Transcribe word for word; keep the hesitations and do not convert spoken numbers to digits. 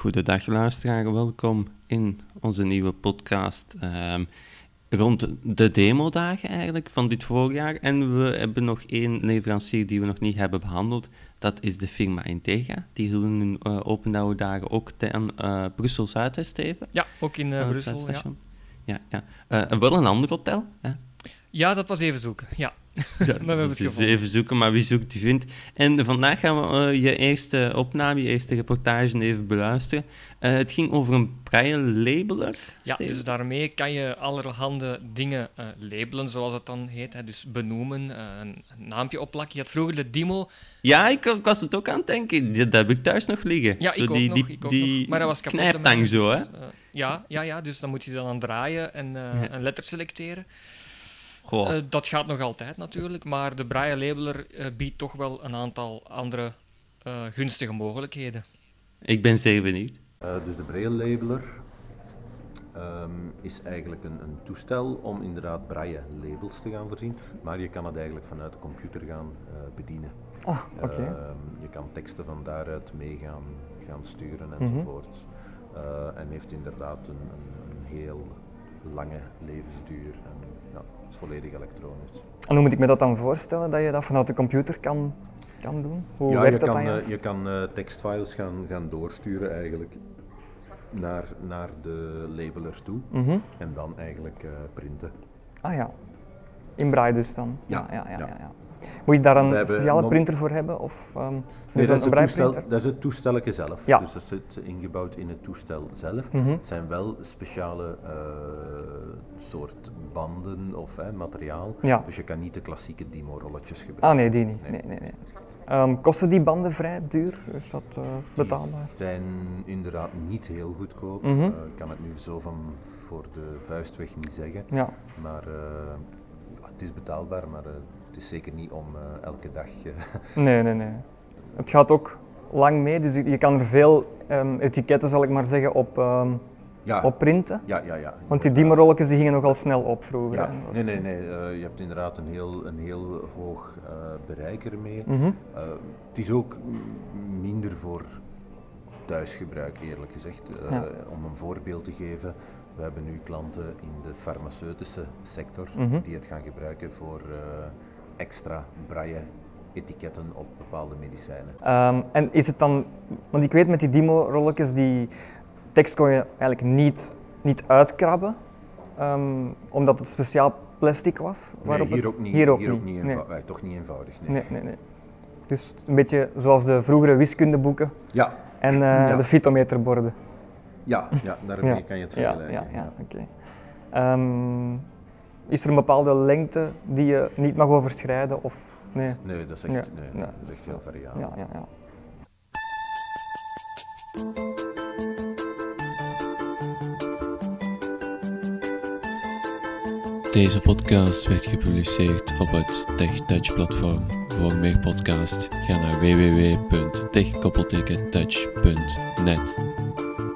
Goedendag luisteraar, welkom in onze nieuwe podcast um, rond de demodagen eigenlijk van dit voorjaar. En we hebben nog één leverancier die we nog niet hebben behandeld. Dat is de firma Integra. Die hielden hun uh, opendauwdagen ook aan uh, Brussel Zuidwest even. Ja, ook in uh, Brussel, ja. Ja, ja. Uh, wel een ander hotel, hè? Ja, dat was even zoeken, ja. Ja, dat hebben we het even zoeken, maar wie zoekt, die vindt. En vandaag gaan we uh, je eerste opname, je eerste reportage even beluisteren. Uh, het ging over een braille-labeler. Ja, Steven. Dus daarmee kan je allerhande dingen uh, labelen, zoals het dan heet. Hè. Dus benoemen, uh, een, een naampje opplakken. Je had vroeger de Dymo. Ja, ik, ik was het ook aan het denken. Dat heb ik thuis nog liggen. Ja, zo ik ook die, nog. Die, ik ook die nog. Maar dat was kapot. knijptang zo, hè? Dus, uh, ja, ja, ja, dus dan moet je dan aan draaien en uh, ja. een letter selecteren. Uh, dat gaat nog altijd natuurlijk, maar de braille-labeler uh, biedt toch wel een aantal andere uh, gunstige mogelijkheden. Ik ben zeer benieuwd. Uh, dus de braille-labeler um, is eigenlijk een, een toestel om inderdaad braille-labels te gaan voorzien, maar je kan het eigenlijk vanuit de computer gaan uh, bedienen. Oh, oké. Okay. Uh, je kan teksten van daaruit mee gaan, gaan sturen enzovoort. Mm-hmm. Uh, en heeft inderdaad een, een, een heel lange levensduur. En, ja, het is volledig elektronisch. En hoe moet ik me dat dan voorstellen, dat je dat vanuit de computer kan, kan doen? Hoe ja, werkt je dat kan, dan juist? Je kan uh, tekstfiles gaan, gaan doorsturen eigenlijk naar, naar de labeler toe mm-hmm. en dan eigenlijk uh, printen. Ah ja, in braille dus dan? Ja. ja, ja, ja, ja. ja, ja. Moet je daar een hebben, speciale mom- printer voor hebben? Of, um, nee, dus dat, is een toestel, dat is het toestelletje zelf. Ja. Dus dat zit ingebouwd in het toestel zelf. Mm-hmm. Het zijn wel speciale uh, soort banden of uh, materiaal. Ja. Dus je kan niet de klassieke Dymo-rolletjes gebruiken. Ah nee, die niet. Nee. Nee, nee, nee. Um, kosten die banden vrij duur? Is dat uh, betaalbaar? Die zijn inderdaad niet heel goedkoop. Mm-hmm. Uh, ik kan het nu zo van voor de vuist weg niet zeggen. Ja. Maar uh, het is betaalbaar, maar uh, het is zeker niet om uh, elke dag... Uh, nee, nee, nee. Het gaat ook lang mee, dus je kan er veel um, etiketten, zal ik maar zeggen, op, um, ja. op printen. Ja, ja, ja. Want die Dymo-rolletjes die gingen nogal snel op vroeger. Ja. Nee, nee, nee. Uh, je hebt inderdaad een heel, een heel hoog uh, bereik ermee. Mm-hmm. Uh, het is ook minder voor thuisgebruik, eerlijk gezegd. Uh, ja. Om een voorbeeld te geven, we hebben nu klanten in de farmaceutische sector mm-hmm. die het gaan gebruiken voor uh, extra braille-etiketten op bepaalde medicijnen. Um, en is het dan, want ik weet met die Dymo-rolletjes, die tekst kon je eigenlijk niet, niet uitkrabben, um, omdat het speciaal plastic was? Nee, hier het, ook niet. Hier ook hier niet, ook niet nee. eenvou- toch niet eenvoudig. Nee. Nee, nee, nee. Dus een beetje zoals de vroegere wiskundeboeken ja. en uh, ja. de fytometerborden. Ja, ja, daarmee ja. kan je het ja, vergelijken. Ja, ja, oké. Okay. Um, is er een bepaalde lengte die je niet mag overschrijden? Of nee? Nee, dat is echt, ja. nee, ja, dat is echt heel variabel. Ja, ja, ja. Deze podcast werd gepubliceerd op het TechTouch-platform. Voor meer podcasts ga naar w w w punt tech touch punt net.